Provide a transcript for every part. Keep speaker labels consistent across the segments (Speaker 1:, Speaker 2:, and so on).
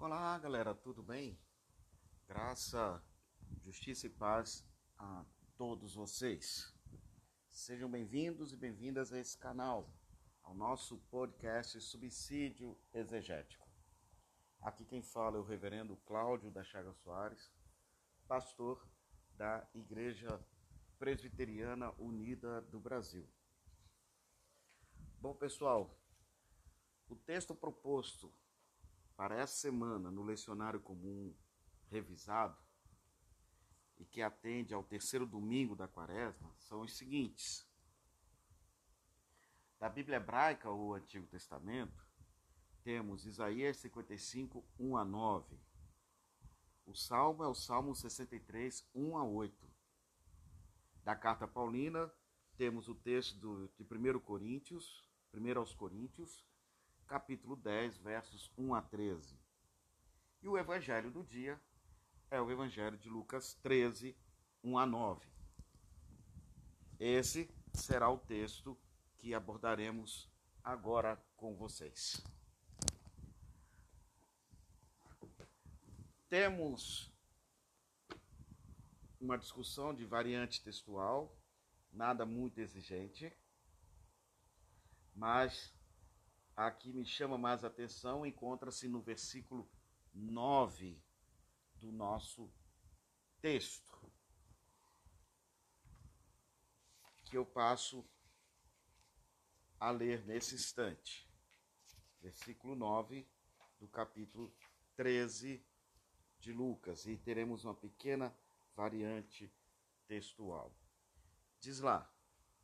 Speaker 1: Olá, galera, tudo bem? Graça, justiça e paz a todos vocês. Sejam bem-vindos e bem-vindas a esse canal, ao nosso podcast Subsídio Exegético. Aqui quem fala é o reverendo Cláudio da Chaga Soares, pastor da Igreja Presbiteriana Unida do Brasil. Bom, pessoal, o texto proposto para essa semana no lecionário comum revisado e que atende ao terceiro domingo da quaresma são os seguintes. Da Bíblia Hebraica ou Antigo Testamento, temos Isaías 55, 1 a 9. O Salmo é o Salmo 63, 1 a 8. Da Carta Paulina, temos o texto de 1 aos Coríntios, capítulo 10, versos 1 a 13. E o Evangelho do dia é o Evangelho de Lucas 13, 1 a 9. Esse será o texto que abordaremos agora com vocês. Temos uma discussão de variante textual, nada muito exigente, mas a que me chama mais atenção encontra-se no versículo 9 do nosso texto, que eu passo a ler nesse instante. Versículo 9 do capítulo 13 de Lucas, e teremos uma pequena variante textual. Diz lá: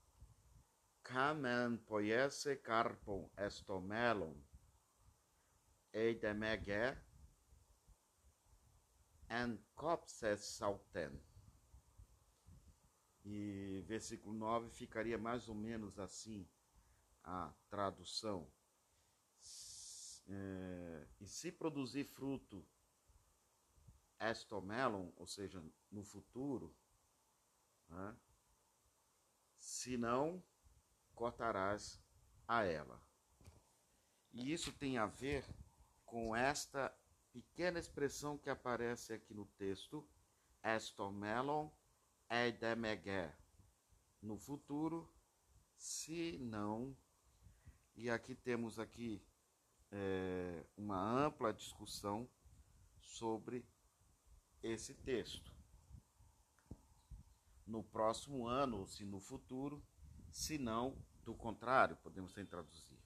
Speaker 1: Kamen poiese carpon estomelon eidemege en copses salten. E versículo 9 ficaria mais ou menos assim a tradução. E se produzir fruto estomelon, ou seja, no futuro, né? Se não, cortarás a ela. E isso tem a ver com esta pequena expressão que aparece aqui no texto, estomelon eidemege, no futuro, se não. E aqui temos uma ampla discussão sobre esse texto. No próximo ano, ou se no futuro, se não, do contrário, podemos traduzir.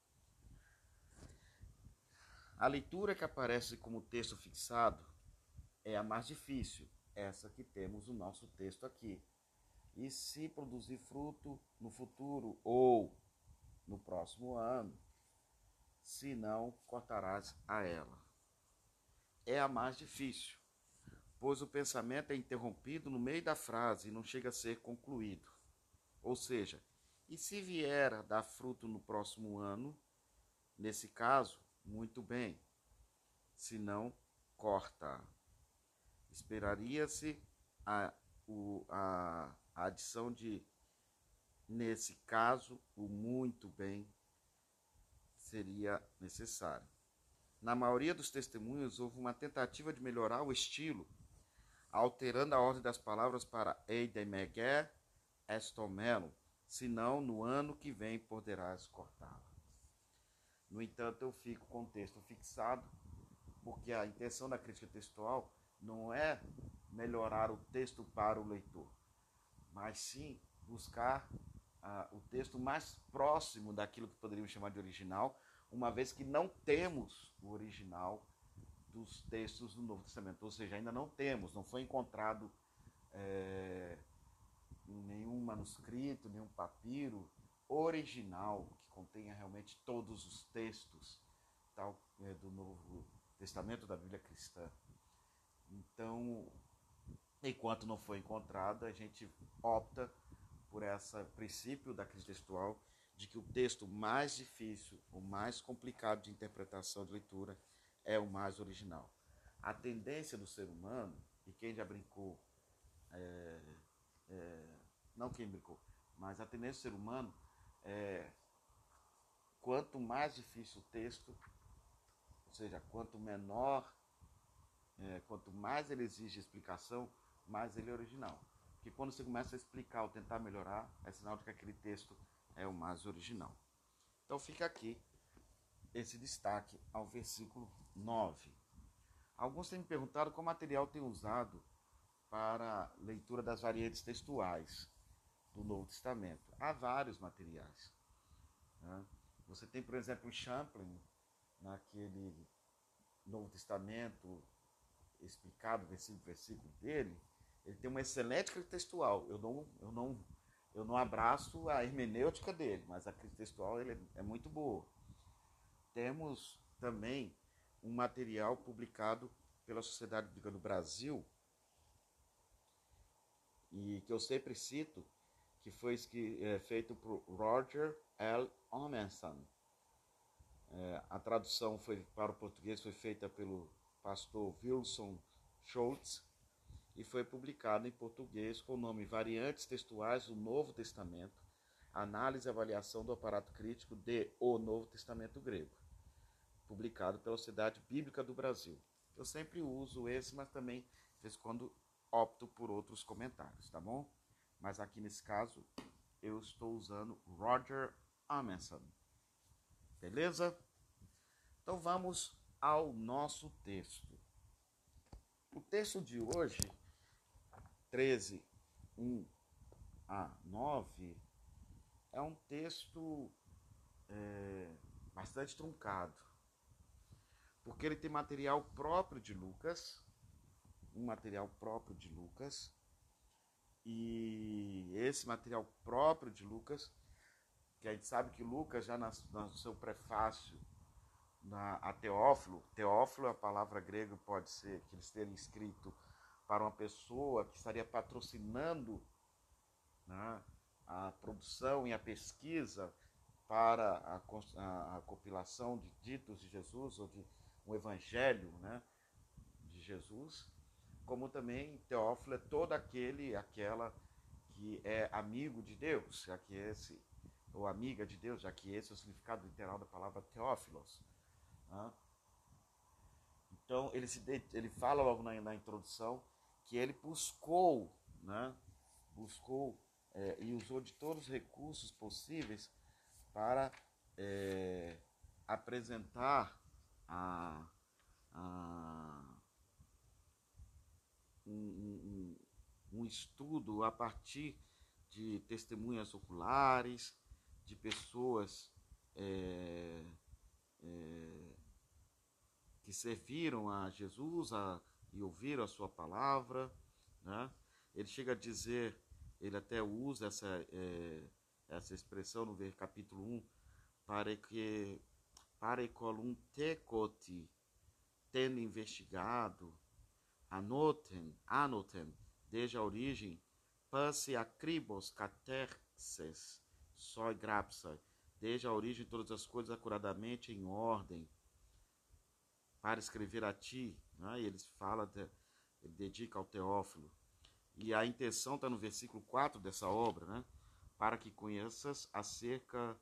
Speaker 1: A leitura que aparece como texto fixado é a mais difícil, essa que temos no nosso texto aqui. E se produzir fruto no futuro ou no próximo ano, se não, cortarás a ela. É a mais difícil, pois o pensamento é interrompido no meio da frase e não chega a ser concluído. Ou seja, e se vier a dar fruto no próximo ano, nesse caso, muito bem, se não, corta. Esperaria-se a adição de, nesse caso, o muito bem seria necessário. Na maioria dos testemunhos, houve uma tentativa de melhorar o estilo, alterando a ordem das palavras para eidemege, estomelo, senão no ano que vem poderás cortá-la. No entanto, eu fico com o texto fixado, porque a intenção da crítica textual não é melhorar o texto para o leitor, mas sim buscar o texto mais próximo daquilo que poderíamos chamar de original, uma vez que não temos o original dos textos do Novo Testamento, ou seja, ainda não temos, não foi encontrado nenhum manuscrito, nenhum papiro original que contenha realmente todos os textos do Novo Testamento, da Bíblia cristã. Então, enquanto não foi encontrado, a gente opta por esse princípio da crítica textual de que o texto mais difícil, o mais complicado de interpretação, de leitura, é o mais original. A tendência do ser humano, e quem já brincou, não quem brincou, mas a tendência do ser humano é, quanto mais difícil o texto, Ou seja, quanto menor, quanto mais ele exige explicação, mais ele é original. Porque quando você começa a explicar ou tentar melhorar, é sinal de que aquele texto é o mais original. Então fica aqui esse destaque ao versículo 9. Alguns têm me perguntado qual material tem usado para leitura das variantes textuais do Novo Testamento. Há vários materiais. Né? Você tem, por exemplo, o Champlin, naquele Novo Testamento explicado versículo por versículo dele, ele tem uma excelente crítica textual. Eu não abraço a hermenêutica dele, mas a crítica textual ele é muito boa. Temos também um material publicado pela Sociedade Bíblica do Brasil, e que eu sempre cito, que foi feito por Roger L. Amundsen. A tradução para o português foi feita pelo pastor Wilson Schultz e foi publicado em português com o nome Variantes Textuais do Novo Testamento, Análise e Avaliação do Aparato Crítico de O Novo Testamento Grego, publicado pela Sociedade Bíblica do Brasil. Eu sempre uso esse, mas também, de vez em quando, opto por outros comentários, tá bom? Mas aqui nesse caso, eu estou usando Roger Amundsen. Beleza? Então vamos ao nosso texto. O texto de hoje, 13, 1 a 9, é um texto bastante truncado, porque ele tem material próprio de Lucas, e esse material próprio de Lucas, que a gente sabe que Lucas, já no seu prefácio a Teófilo, a palavra grega pode ser que eles tenham escrito para uma pessoa que estaria patrocinando, né, a produção e a pesquisa para a compilação de ditos de Jesus, ou de um evangelho, né, de Jesus, como também Teófilo é todo aquela que é amigo de Deus, já que ou amiga de Deus, já que esse é o significado literal da palavra Teófilos. Então ele fala logo na introdução que ele buscou, né, e usou de todos os recursos possíveis para apresentar um estudo a partir de testemunhas oculares, de pessoas que serviram a Jesus e ouviram a sua palavra, né? Ele chega a dizer, ele até usa essa expressão no capítulo 1, para colum tecoti, tendo investigado, anotem, desde a origem, passe acribos caterxes, soi grapsa, desde a origem todas as coisas acuradamente em ordem, para escrever a ti, né? E ele dedica ao Teófilo. E a intenção está no versículo 4 dessa obra, né? Para que conheças acerca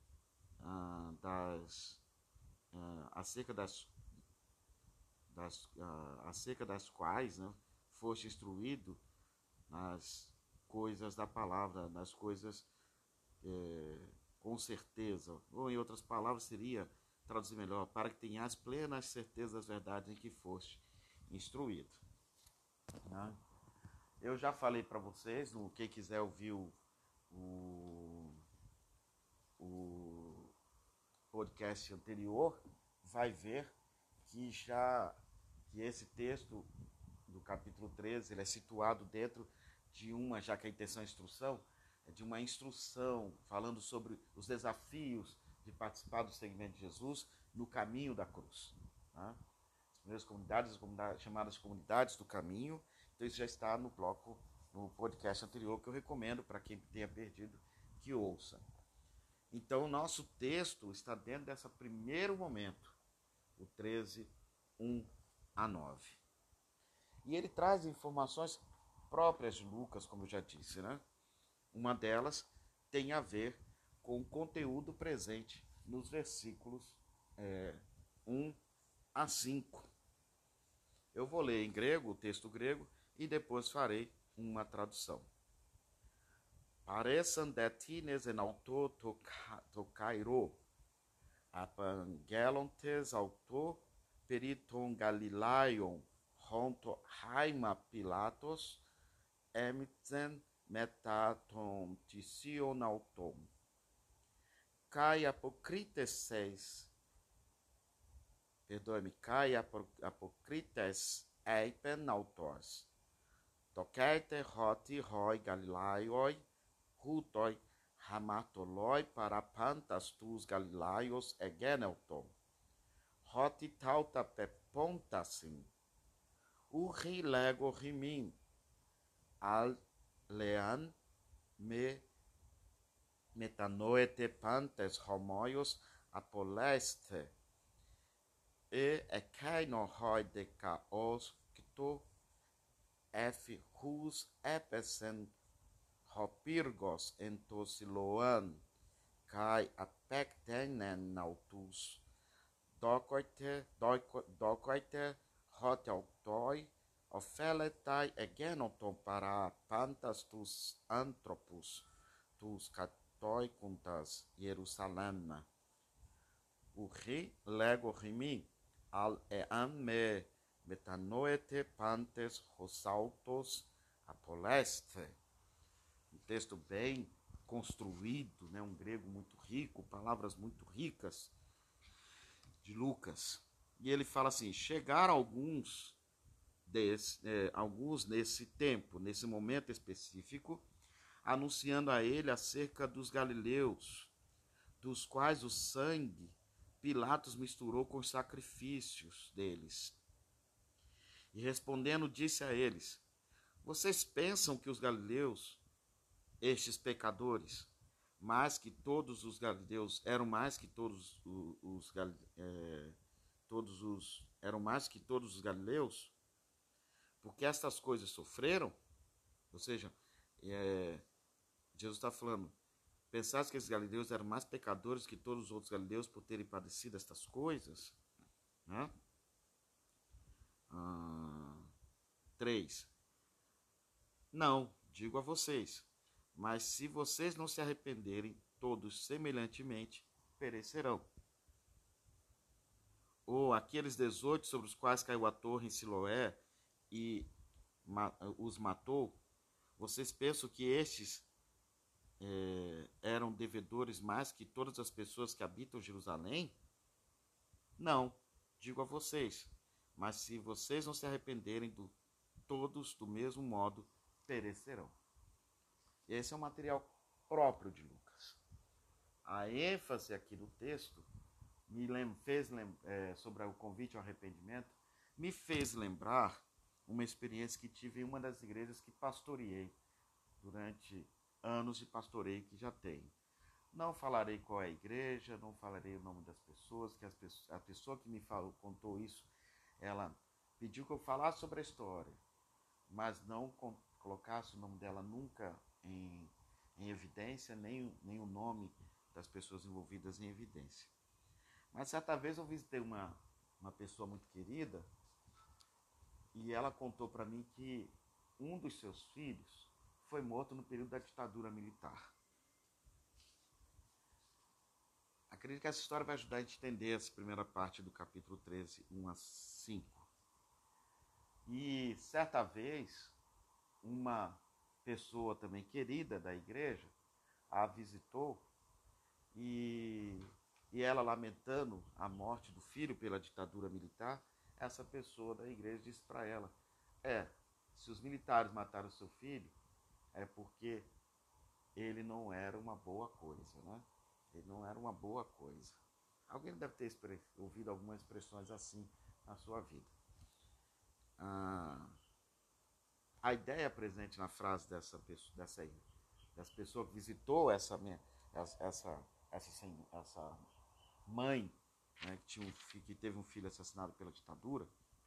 Speaker 1: das quais, né, foste instruído nas coisas da palavra, nas coisas com certeza. Ou em outras palavras seria, traduzir melhor, para que tenhas plena certeza das verdades em que foste instruído. Né? Eu já falei para vocês, quem quiser ouvir o podcast anterior, vai ver que esse texto do capítulo 13, ele é situado dentro de já que a intenção é instrução, de uma instrução falando sobre os desafios de participar do seguimento de Jesus no caminho da cruz. Tá? As primeiras comunidades, chamadas comunidades do caminho, então isso já está no podcast anterior, que eu recomendo para quem tenha perdido que ouça. Então o nosso texto está dentro desse primeiro momento, o 13, 1 a 9. E ele traz informações próprias de Lucas, como eu já disse, né? Uma delas tem a ver com o conteúdo presente nos versículos 1 a 5. Eu vou ler em grego, o texto grego, e depois farei uma tradução. Paresan detines en auto to Cairo, apangelontes auto periton Galilaion, honto haima Pilatos, emiten metaton tision autom. Kai apocrites eipen autos. Tokete hoti hoi Galilaioi, hutoi hamatoloi parapantas tus Galilaios egenelton. Hoti tauta pepontasim. Urri lego rimin. Al lean me metanoete pantes homoios apoleste. E ekaino hoi decaos kto F. Hus epesen hopirgos entosiloan, kai apectenen nautus, docoite hoteautoi, ofeletai egenoton para pantas tus anthropus, tus catoi cuntas Jerusalem. Urri lego rimi, al ean me metanoete pantes rosaltos apoleste. Um texto bem construído, né? Um grego muito rico, palavras muito ricas de Lucas. E ele fala assim: chegaram alguns nesse tempo, nesse momento específico, anunciando a ele acerca dos galileus, dos quais o sangue Pilatos misturou com os sacrifícios deles. E respondendo, disse a eles: vocês pensam que os galileus, estes pecadores, mais que todos os galileus, eram mais que eram mais que todos os galileus? Porque estas coisas sofreram? Ou seja, Jesus está falando, pensaste que esses galileus eram mais pecadores que todos os outros galileus por terem padecido estas coisas? Né? 3. Não, digo a vocês, mas se vocês não se arrependerem, todos semelhantemente perecerão. Ou aqueles 18 sobre os quais caiu a torre em Siloé e os matou, vocês pensam que estes eram devedores mais que todas as pessoas que habitam Jerusalém? Não, digo a vocês, mas se vocês não se arrependerem, todos do mesmo modo perecerão. Esse é um material próprio de Lucas. A ênfase aqui do texto sobre o convite ao arrependimento, me fez lembrar uma experiência que tive em uma das igrejas que pastoreei durante anos de pastoreio que já tenho. Não falarei qual é a igreja, não falarei o nome das pessoas, que a pessoa que me contou isso, ela pediu que eu falasse sobre a história, mas não colocasse o nome dela nunca em evidência, nem o nome das pessoas envolvidas em evidência. Mas certa vez eu visitei uma pessoa muito querida e ela contou para mim que um dos seus filhos foi morto no período da ditadura militar. Acredito que essa história vai ajudar a gente a entender essa primeira parte do capítulo 13, 1 a 5. E certa vez, uma pessoa também querida da igreja a visitou e ela, lamentando a morte do filho pela ditadura militar, essa pessoa da igreja disse para ela: se os militares mataram seu filho, é porque ele não era uma boa coisa, né? Ele não era uma boa coisa. Alguém deve ter ouvido algumas expressões assim na sua vida. A ideia presente na frase dessa pessoa que visitou essa mãe, né, que teve um filho assassinado pela ditadura,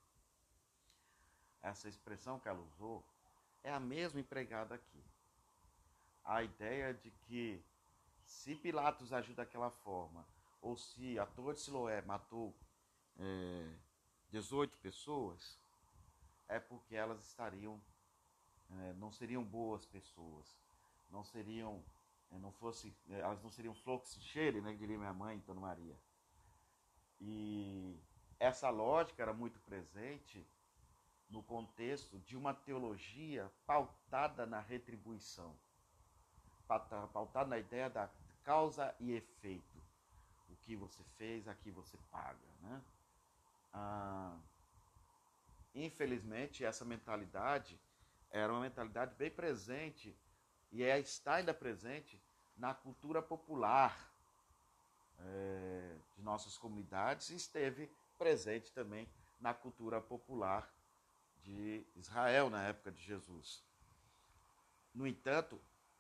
Speaker 1: essa expressão que ela usou é a mesma empregada aqui. A ideia de que se Pilatos agiu daquela forma, ou se a torre de Siloé matou 18 pessoas, é porque elas não seriam boas pessoas, não seriam, não fosse, elas não seriam flocos de cheiro, né, diria minha mãe, Dona Maria. E essa lógica era muito presente no contexto de uma teologia pautada na retribuição, pautada na ideia da causa e efeito. O que você fez, aqui você paga, né? Infelizmente, essa mentalidade era uma mentalidade bem presente e está ainda presente na cultura popular de nossas comunidades e esteve presente também na cultura popular de Israel na época de Jesus. No entanto,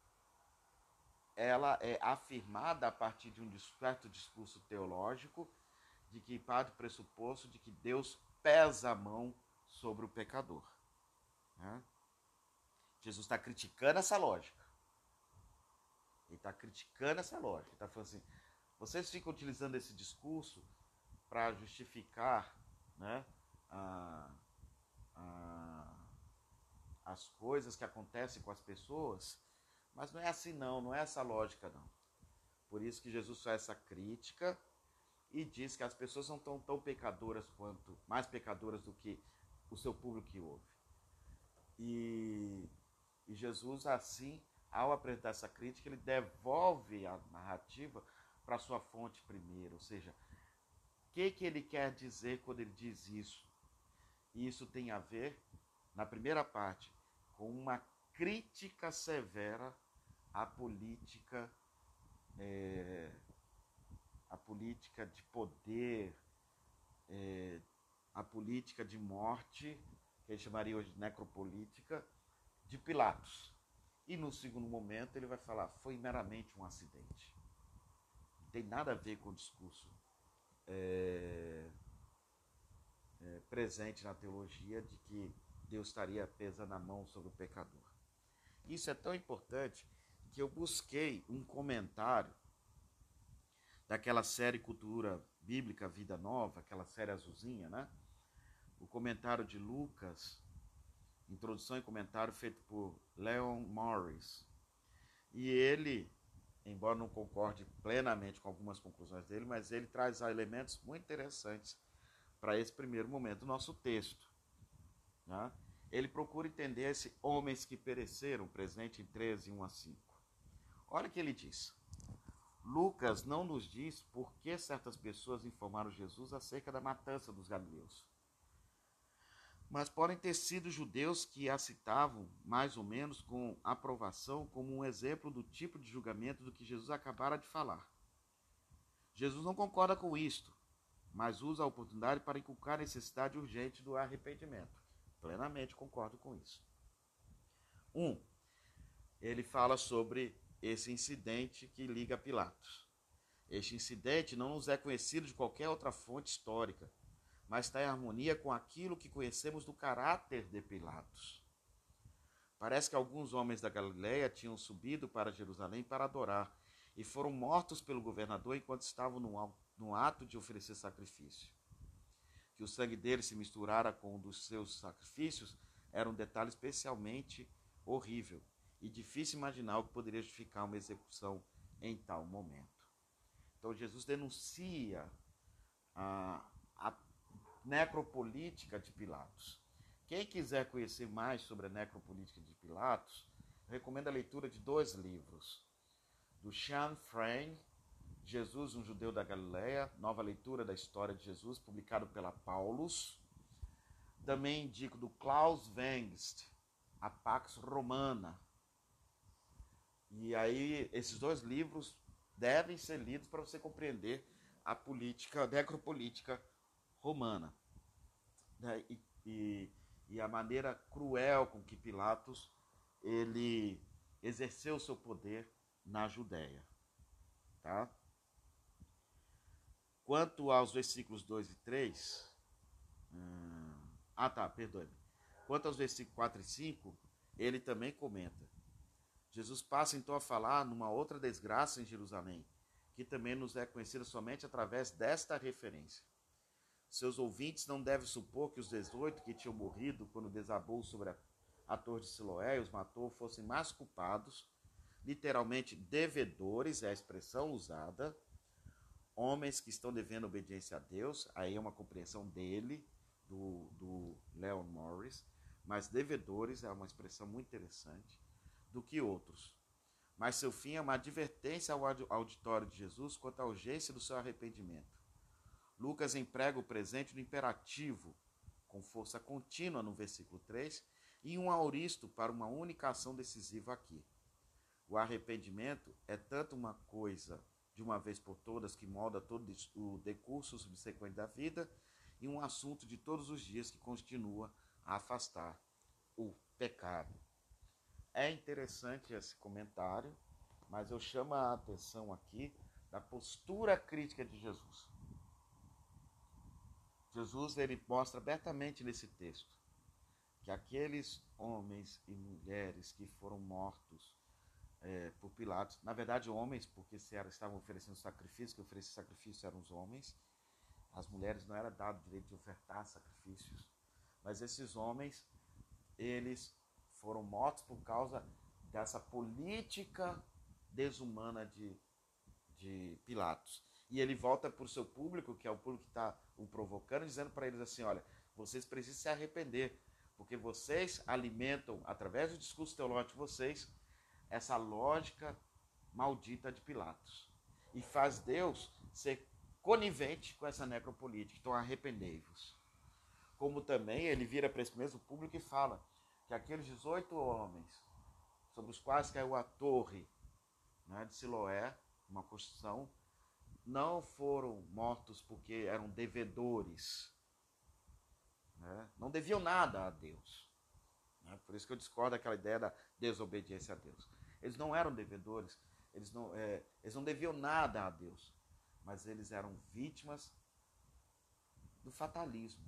Speaker 1: ela é afirmada a partir de um certo discurso teológico de que parte do pressuposto de que Deus pesa a mão sobre o pecador. Né? Jesus está criticando essa lógica. Ele está criticando essa lógica. Ele está falando assim, vocês ficam utilizando esse discurso para justificar, né, as coisas que acontecem com as pessoas, mas não é assim não é essa lógica não. Por isso que Jesus faz essa crítica e diz que as pessoas não estão tão pecadoras quanto, mais pecadoras do que o seu público que ouve. E Jesus, assim, ao apresentar essa crítica, ele devolve a narrativa para a sua fonte primeiro, ou seja, o que ele quer dizer quando ele diz isso? E isso tem a ver, na primeira parte, com uma crítica severa à política de poder, a política de morte, que ele chamaria hoje de necropolítica, de Pilatos. E no segundo momento ele vai falar, foi meramente um acidente. Não tem nada a ver com o discurso presente na teologia de que Deus estaria pesando a mão sobre o pecador. Isso é tão importante que eu busquei um comentário daquela série Cultura Bíblica Vida Nova, aquela série azulzinha, né? O comentário de Lucas, introdução e comentário feito por Leon Morris. E ele, embora não concorde plenamente com algumas conclusões dele, mas ele traz elementos muito interessantes para esse primeiro momento do nosso texto. Né? Ele procura entender esse homens que pereceram, presente em 13, 1 a 5. Olha o que ele diz. Lucas não nos diz por que certas pessoas informaram Jesus acerca da matança dos galileus. Mas podem ter sido judeus que a citavam, mais ou menos com aprovação, como um exemplo do tipo de julgamento do que Jesus acabara de falar. Jesus não concorda com isto, mas usa a oportunidade para inculcar a necessidade urgente do arrependimento. Plenamente concordo com isso. 1. Ele fala sobre esse incidente que liga a Pilatos. Este incidente não nos é conhecido de qualquer outra fonte histórica, mas está em harmonia com aquilo que conhecemos do caráter de Pilatos. Parece que alguns homens da Galileia tinham subido para Jerusalém para adorar e foram mortos pelo governador enquanto estavam no ato de oferecer sacrifício. Que o sangue deles se misturara com o dos seus sacrifícios era um detalhe especialmente horrível e difícil imaginar o que poderia justificar uma execução em tal momento. Então Jesus denuncia a necropolítica de Pilatos. Quem quiser conhecer mais sobre a necropolítica de Pilatos, recomendo a leitura de 2 livros. Do Sean Frame, Jesus, um judeu da Galileia, nova leitura da história de Jesus, publicado pela Paulus. Também indico do Klaus Wengst, a Pax Romana. E aí, esses 2 livros devem ser lidos para você compreender a necropolítica romana, né? E a maneira cruel com que Pilatos ele exerceu o seu poder na Judéia. Tá? Quanto aos versículos 2 e 3, perdoe-me. Quanto aos versículos 4 e 5, ele também comenta. Jesus passa então a falar numa outra desgraça em Jerusalém, que também nos é conhecida somente através desta referência. Seus ouvintes não devem supor que os 18 que tinham morrido quando desabou sobre a torre de Siloé e os matou fossem mais culpados, literalmente devedores, é a expressão usada, homens que estão devendo obediência a Deus, aí é uma compreensão dele, do Leon Morris, mas devedores é uma expressão muito interessante, do que outros. Mas seu fim é uma advertência ao auditório de Jesus quanto à urgência do seu arrependimento. Lucas emprega o presente no imperativo, com força contínua no versículo 3, e um aoristo para uma única ação decisiva aqui. O arrependimento é tanto uma coisa de uma vez por todas que molda todo o decurso subsequente da vida, e um assunto de todos os dias que continua a afastar o pecado. É interessante esse comentário, mas eu chamo a atenção aqui da postura crítica de Jesus. Jesus ele mostra abertamente nesse texto que aqueles homens e mulheres que foram mortos por Pilatos, na verdade homens, porque estavam oferecendo sacrifício, que ofereciam sacrifício eram os homens, as mulheres não era dado o direito de ofertar sacrifícios, mas esses homens, eles foram mortos por causa dessa política desumana de Pilatos. E ele volta para o seu público, que é o público que está o provocando, dizendo para eles assim, olha, vocês precisam se arrepender, porque vocês alimentam, através do discurso teológico de vocês, essa lógica maldita de Pilatos. E faz Deus ser conivente com essa necropolítica. Então arrependei-vos. Como também ele vira para esse mesmo público e fala que aqueles 18 homens sobre os quais caiu a torre, né, de Siloé, uma construção, não foram mortos porque eram devedores, né? Não deviam nada a Deus, né? Por isso que eu discordo daquela ideia da desobediência a Deus. Eles não eram devedores, eles não deviam nada a Deus, mas eles eram vítimas do fatalismo,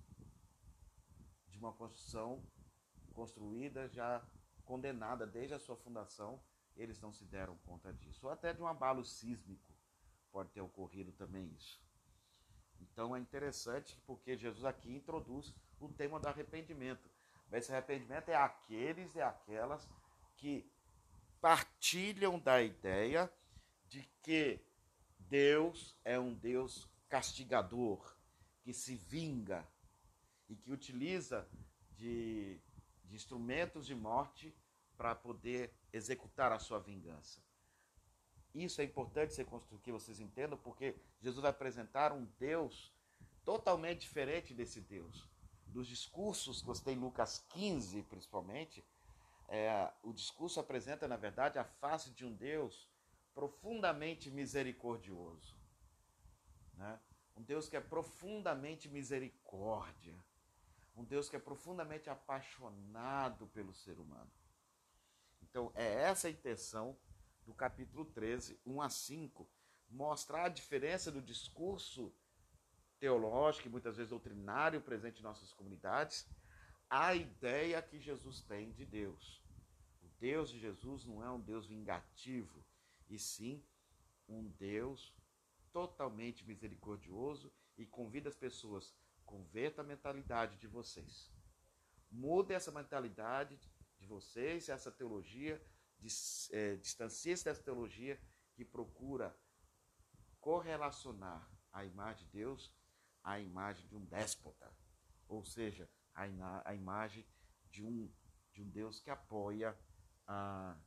Speaker 1: de uma construção construída, já condenada desde a sua fundação. Eles não se deram conta disso, ou até de um abalo sísmico pode ter ocorrido também isso. Então é interessante porque Jesus aqui introduz o tema do arrependimento. Esse arrependimento é aqueles e aquelas que partilham da ideia de que Deus é um Deus castigador, que se vinga e que utiliza de instrumentos de morte para poder executar a sua vingança. Isso é importante que vocês entendam, porque Jesus vai apresentar um Deus totalmente diferente desse Deus. Dos discursos que você tem em Lucas 15, principalmente, o discurso apresenta, na verdade, a face de um Deus profundamente misericordioso, né? Um Deus que é profundamente misericórdia, um Deus que é profundamente apaixonado pelo ser humano. Então, é essa a intenção do capítulo 13, 1 a 5, mostrar a diferença do discurso teológico e muitas vezes doutrinário presente em nossas comunidades, a ideia que Jesus tem de Deus. O Deus de Jesus não é um Deus vingativo, e sim um Deus totalmente misericordioso e convida as pessoas, converta a mentalidade de vocês. Mude essa mentalidade de vocês, essa teologia, distancie-se dessa teologia que procura correlacionar a imagem de Deus à imagem de um déspota, ou seja, a imagem de um Deus que apoia a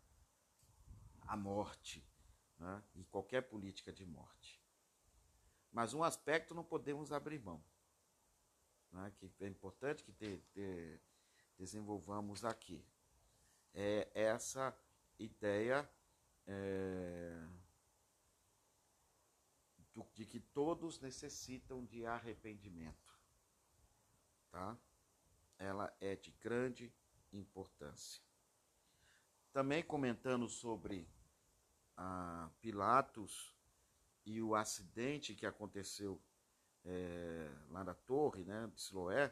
Speaker 1: morte, né, e qualquer política de morte. Mas um aspecto não podemos abrir mão, né, que é importante que desenvolvamos aqui. É essa ideia de que todos necessitam de arrependimento, tá? Ela é de grande importância. Também comentando sobre Pilatos e o acidente que aconteceu lá na torre, né, de Siloé,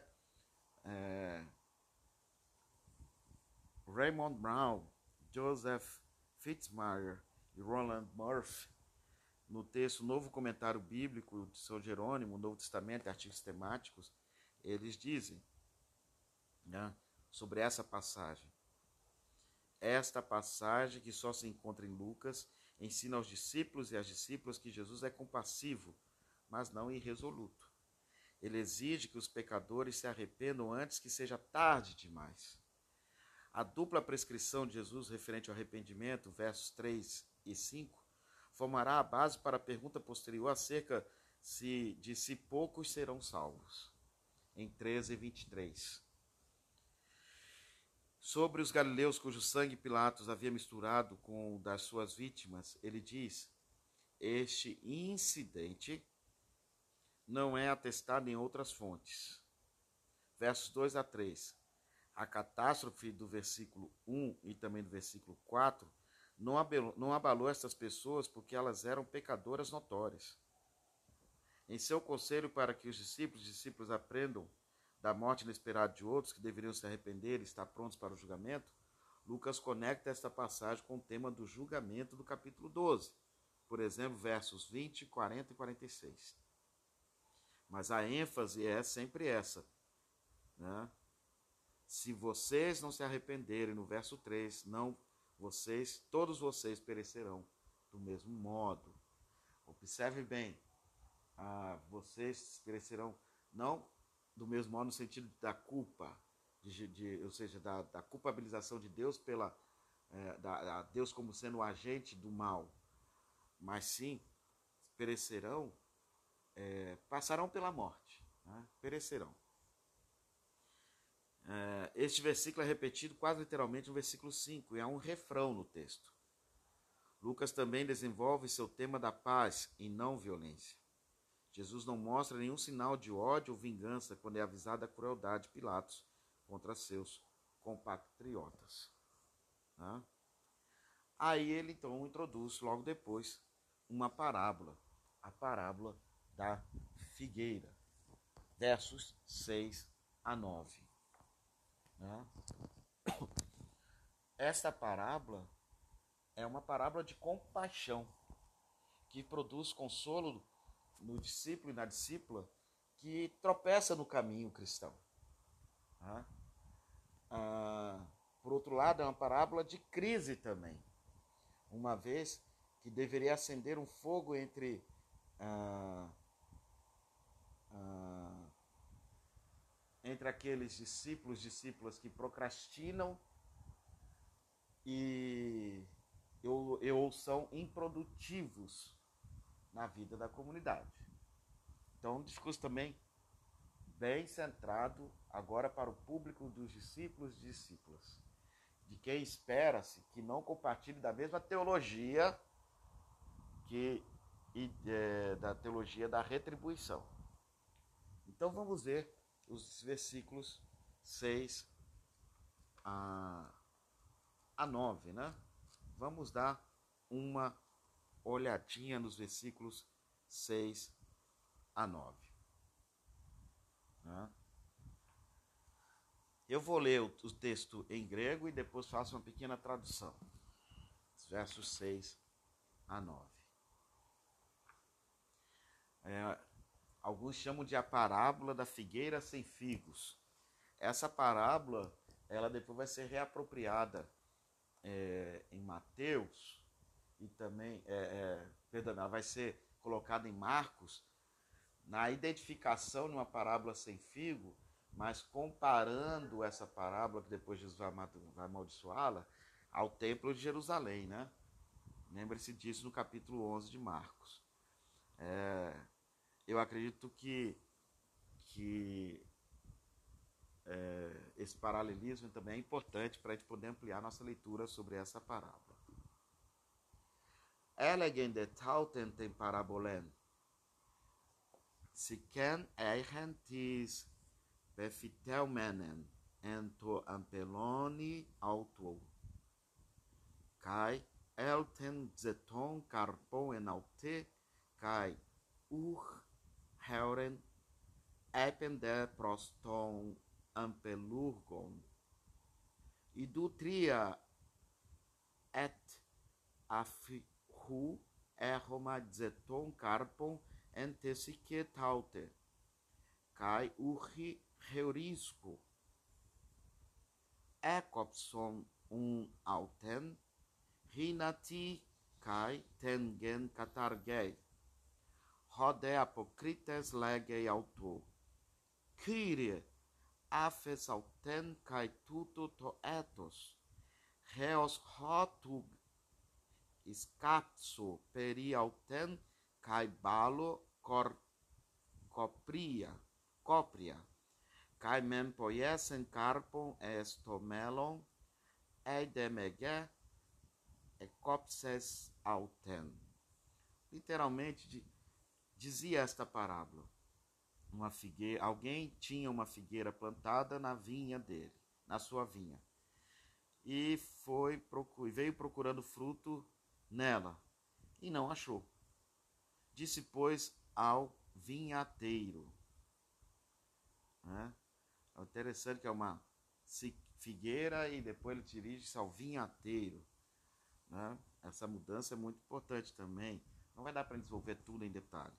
Speaker 1: Raymond Brown, Joseph Fitzmyer e Roland Murphy no texto Novo Comentário Bíblico de São Jerônimo, Novo Testamento e artigos temáticos, eles dizem, né, sobre essa passagem. Esta passagem, que só se encontra em Lucas, ensina aos discípulos e às discípulas que Jesus é compassivo, mas não irresoluto. Ele exige que os pecadores se arrependam antes que seja tarde demais. A dupla prescrição de Jesus referente ao arrependimento, versos 3 e 5, formará a base para a pergunta posterior acerca de se poucos serão salvos, em 13 e 23. Sobre os galileus cujo sangue Pilatos havia misturado com o das suas vítimas, ele diz: este incidente não é atestado em outras fontes. Versos 2 a 3. A catástrofe do versículo 1 e também do versículo 4 não abalou estas pessoas porque elas eram pecadoras notórias. Em seu conselho para que os discípulos aprendam da morte inesperada de outros que deveriam se arrepender e estar prontos para o julgamento, Lucas conecta esta passagem com o tema do julgamento do capítulo 12, por exemplo, versos 20, 40 e 46. Mas a ênfase é sempre essa, né? Se vocês não se arrependerem, no verso 3, todos vocês perecerão do mesmo modo. Observe bem, vocês perecerão não do mesmo modo no sentido da culpa, ou seja, da culpabilização de Deus a Deus como sendo o agente do mal, mas sim perecerão, passarão pela morte, né? Perecerão. Este versículo é repetido quase literalmente no versículo 5, e há um refrão no texto. Lucas também desenvolve seu tema da paz e não violência. Jesus não mostra nenhum sinal de ódio ou vingança quando é avisado da crueldade de Pilatos contra seus compatriotas. Né? Aí ele então introduz logo depois uma parábola, a parábola da figueira, versos 6 a 9. Né? Esta parábola é uma parábola de compaixão que produz consolo no discípulo e na discípula que tropeça no caminho cristão. Né? Por outro lado, é uma parábola de crise também, uma vez que deveria acender um fogo entre aqueles discípulas que procrastinam ou são improdutivos na vida da comunidade. Então, um discurso também bem centrado agora para o público dos discípulos e discípulas, de quem espera-se que não compartilhe da mesma teologia da teologia da retribuição. Então vamos ver os versículos 6 a 9, né? Vamos dar uma olhadinha nos versículos 6 a 9. Né? Eu vou ler o texto em grego e depois faço uma pequena tradução. Versos 6 a 9. Alguns chamam de a parábola da figueira sem figos. Essa parábola, ela depois vai ser reapropriada em Mateus e também, ela vai ser colocada em Marcos, na identificação de uma parábola sem figo, mas comparando essa parábola, que depois Jesus vai amaldiçoá-la, ao templo de Jerusalém, né? Lembre-se disso no capítulo 11 de Marcos. Eu acredito que esse paralelismo também é importante para a gente poder ampliar nossa leitura sobre essa parábola. Elegende tautenten parabolen, siken eigentis befitelmenen ento ampeloni auto, kai elten zeton carpon enaute, kai heuren epende proston ampelurgon, idutria et afihu eromaizeton carpon entesiquetaute, kai urri heurisco, ecopson auten, rinati kai tengen catargei, rode apocrites legei auto, Kyrie, afes auten kai tuto to ethos, reos rotug scapso peri auten kai balo copria, kai mempoiesen carpon estomelon, eidemege ecopses auten. Literalmente dizia esta parábola. Uma figueira, alguém tinha uma figueira plantada na vinha dele, na sua vinha, e veio procurando fruto nela e não achou. Disse, pois, ao vinhateiro. É interessante que é uma figueira e depois ele dirige-se ao vinhateiro. Né? Essa mudança é muito importante também. Não vai dar para desenvolver tudo em detalhe.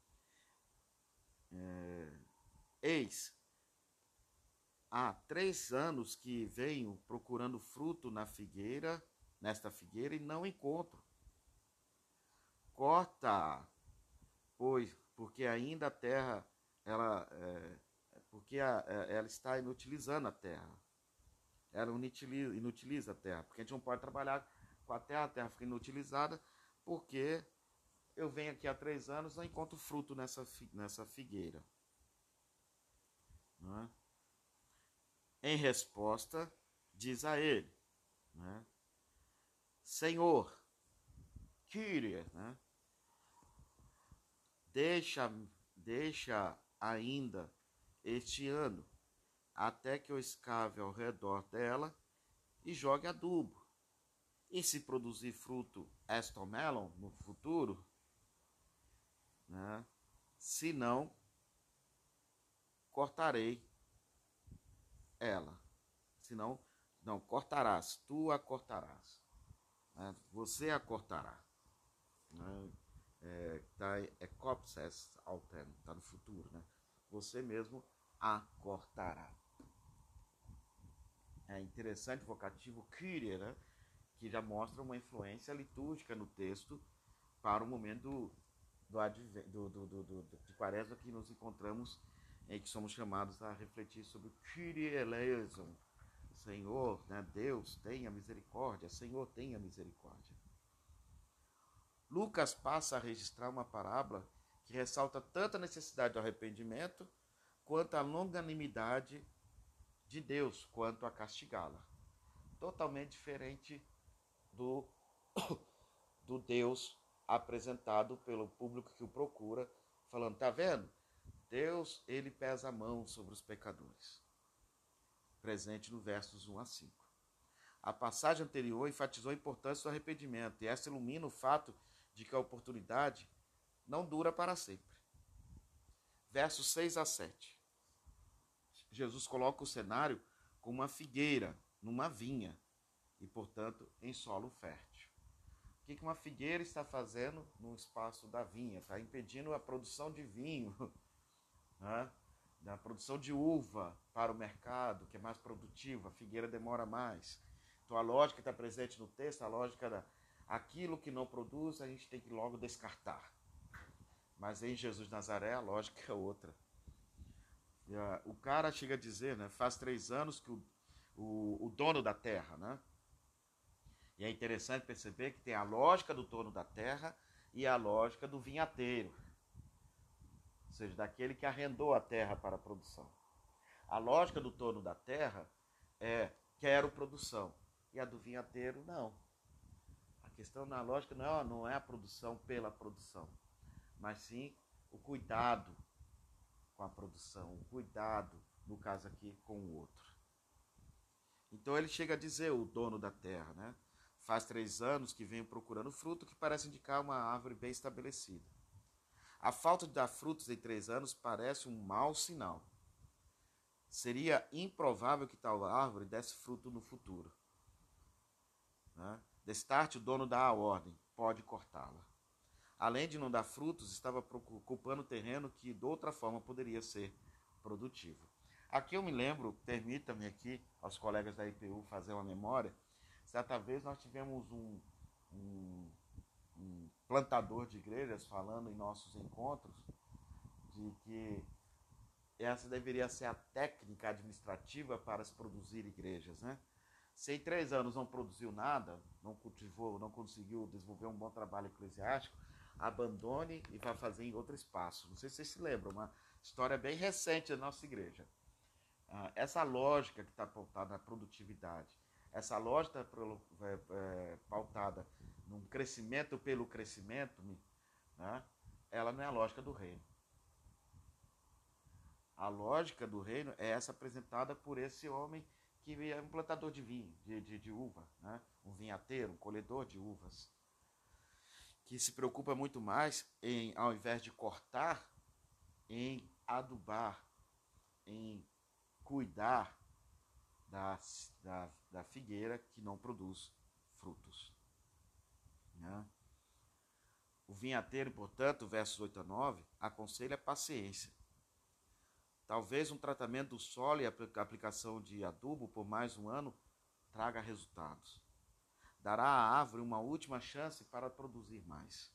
Speaker 1: Eis, há 3 anos que venho procurando fruto nesta figueira e não encontro. Corta, pois, porque ainda a terra, ela está inutilizando a terra. Ela inutiliza a terra, porque a gente não pode trabalhar com a terra fica inutilizada, porque eu venho aqui há 3 anos e não encontro fruto nessa figueira. Né? Em resposta, diz a ele, né? Senhor, Kyrie, né? Deixa ainda este ano, até que eu escave ao redor dela e jogue adubo. E se produzir fruto estomelon no futuro, né? Se não, cortarei ela. Se não, cortarás, tu a cortarás. Né? Você a cortará. Né? Copses alten, está no futuro. Né? Você mesmo a cortará. É interessante o vocativo Kyrie, né? Que já mostra uma influência litúrgica no texto para o momento de Quaresma que nos encontramos em que somos chamados a refletir sobre o Kyrie eleison. Senhor, né, Deus, tenha misericórdia. Senhor, tenha misericórdia. Lucas passa a registrar uma parábola que ressalta tanto a necessidade do arrependimento quanto a longanimidade de Deus quanto a castigá-la. Totalmente diferente do Deus apresentado pelo público que o procura, falando, tá vendo? Deus, ele pesa a mão sobre os pecadores. Presente no versos 1 a 5. A passagem anterior enfatizou a importância do arrependimento, e essa ilumina o fato de que a oportunidade não dura para sempre. Versos 6 a 7. Jesus coloca o cenário com uma figueira, numa vinha, e, portanto, em solo fértil. O que uma figueira está fazendo no espaço da vinha? Está impedindo a produção de vinho, né? A produção de uva para o mercado, que é mais produtivo. A figueira demora mais. Então, a lógica que está presente no texto, a lógica aquilo que não produz, a gente tem que logo descartar. Mas em Jesus de Nazaré, a lógica é outra. O cara chega a dizer, né, faz 3 anos que o dono da terra, né? E é interessante perceber que tem a lógica do dono da terra e a lógica do vinhateiro. Ou seja, daquele que arrendou a terra para a produção. A lógica do dono da terra é quero produção. E a do vinhateiro, não. A questão na lógica não é a produção pela produção, mas sim o cuidado com a produção, o cuidado, no caso aqui, com o outro. Então ele chega a dizer, o dono da terra, né? Faz 3 anos que venho procurando fruto que parece indicar uma árvore bem estabelecida. A falta de dar frutos em 3 anos parece um mau sinal. Seria improvável que tal árvore desse fruto no futuro. Né? Destarte, o dono dá a ordem, pode cortá-la. além de não dar frutos, estava ocupando terreno que de outra forma poderia ser produtivo. Aqui eu me lembro, permita-me aqui aos colegas da IPU fazer uma memória, certa vez nós tivemos um plantador de igrejas falando em nossos encontros de que essa deveria ser a técnica administrativa para se produzir igrejas, né? Se em 3 anos não produziu nada, não cultivou, não conseguiu desenvolver um bom trabalho eclesiástico, abandone e vá fazer em outro espaço. Não sei se vocês se lembram, uma história bem recente da nossa igreja. Essa lógica que está pautada na produtividade, essa lógica pautada num crescimento pelo crescimento, né, ela não é a lógica do reino. A lógica do reino é essa apresentada por esse homem que é um plantador de vinho, de uva, né? Um vinhateiro, um colhedor de uvas, que se preocupa muito mais em, ao invés de cortar, em adubar, em cuidar da figueira que não produz frutos. Né? O vinhateiro, portanto, versos 8 a 9, aconselha paciência. Talvez um tratamento do solo e a aplicação de adubo por mais um ano traga resultados. Dará à árvore uma última chance para produzir mais.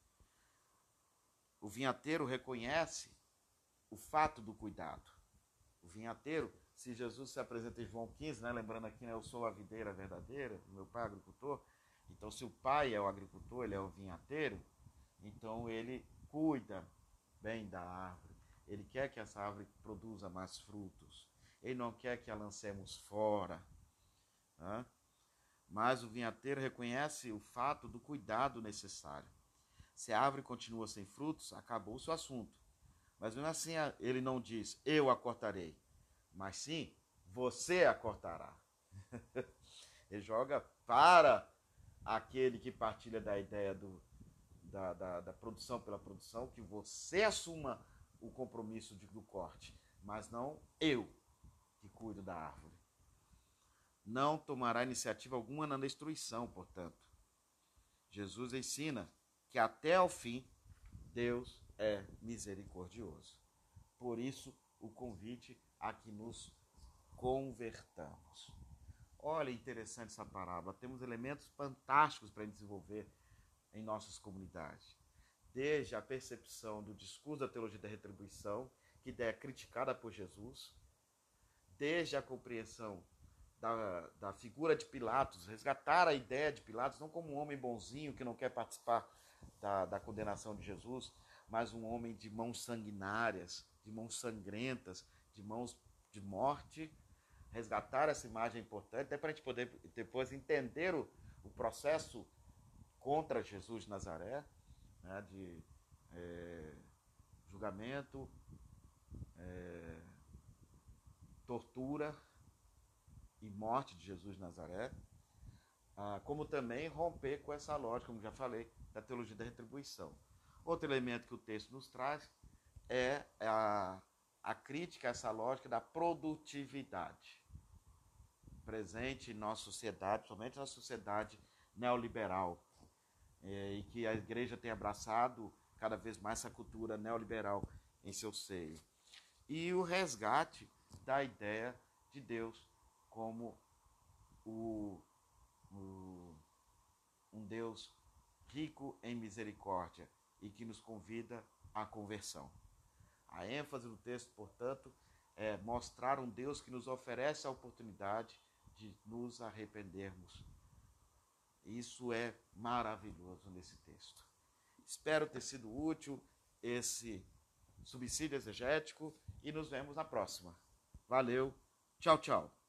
Speaker 1: O vinhateiro reconhece o fato do cuidado. O vinhateiro, se Jesus se apresenta em João 15, né, lembrando aqui, né, eu sou a videira verdadeira, meu pai é agricultor, então se o pai é o agricultor, ele é o vinhateiro, então ele cuida bem da árvore. Ele quer que essa árvore produza mais frutos. Ele não quer que a lancemos fora. Né? Mas o vinhateiro reconhece o fato do cuidado necessário. Se a árvore continua sem frutos, acabou-se o assunto. Mas mesmo assim ele não diz, eu a cortarei. Mas sim, você a cortará. Ele joga para aquele que partilha da ideia da produção pela produção, que você assuma o compromisso do corte, mas não eu que cuido da árvore. Não tomará iniciativa alguma na destruição, portanto. Jesus ensina que até ao fim Deus é misericordioso. Por isso, o convite a que nos convertamos. Olha, interessante essa parábola. Temos elementos fantásticos para desenvolver em nossas comunidades. Desde a percepção do discurso da teologia da retribuição, que é criticada por Jesus, desde a compreensão da figura de Pilatos, resgatar a ideia de Pilatos não como um homem bonzinho que não quer participar da condenação de Jesus, mas um homem de mãos sanguinárias, de mãos sangrentas, de mãos de morte. Resgatar essa imagem é importante, até para a gente poder depois entender o processo contra Jesus de Nazaré, né, de julgamento, tortura e morte de Jesus de Nazaré, como também romper com essa lógica, como já falei, da teologia da retribuição. Outro elemento que o texto nos traz é a crítica a essa lógica da produtividade, presente em nossa sociedade, somente na sociedade neoliberal, e que a igreja tem abraçado cada vez mais essa cultura neoliberal em seu seio. E o resgate da ideia de Deus como um Deus rico em misericórdia e que nos convida à conversão. A ênfase do texto, portanto, é mostrar um Deus que nos oferece a oportunidade de nos arrependermos. Isso é maravilhoso nesse texto. Espero ter sido útil esse subsídio exegético e nos vemos na próxima. Valeu, tchau, tchau.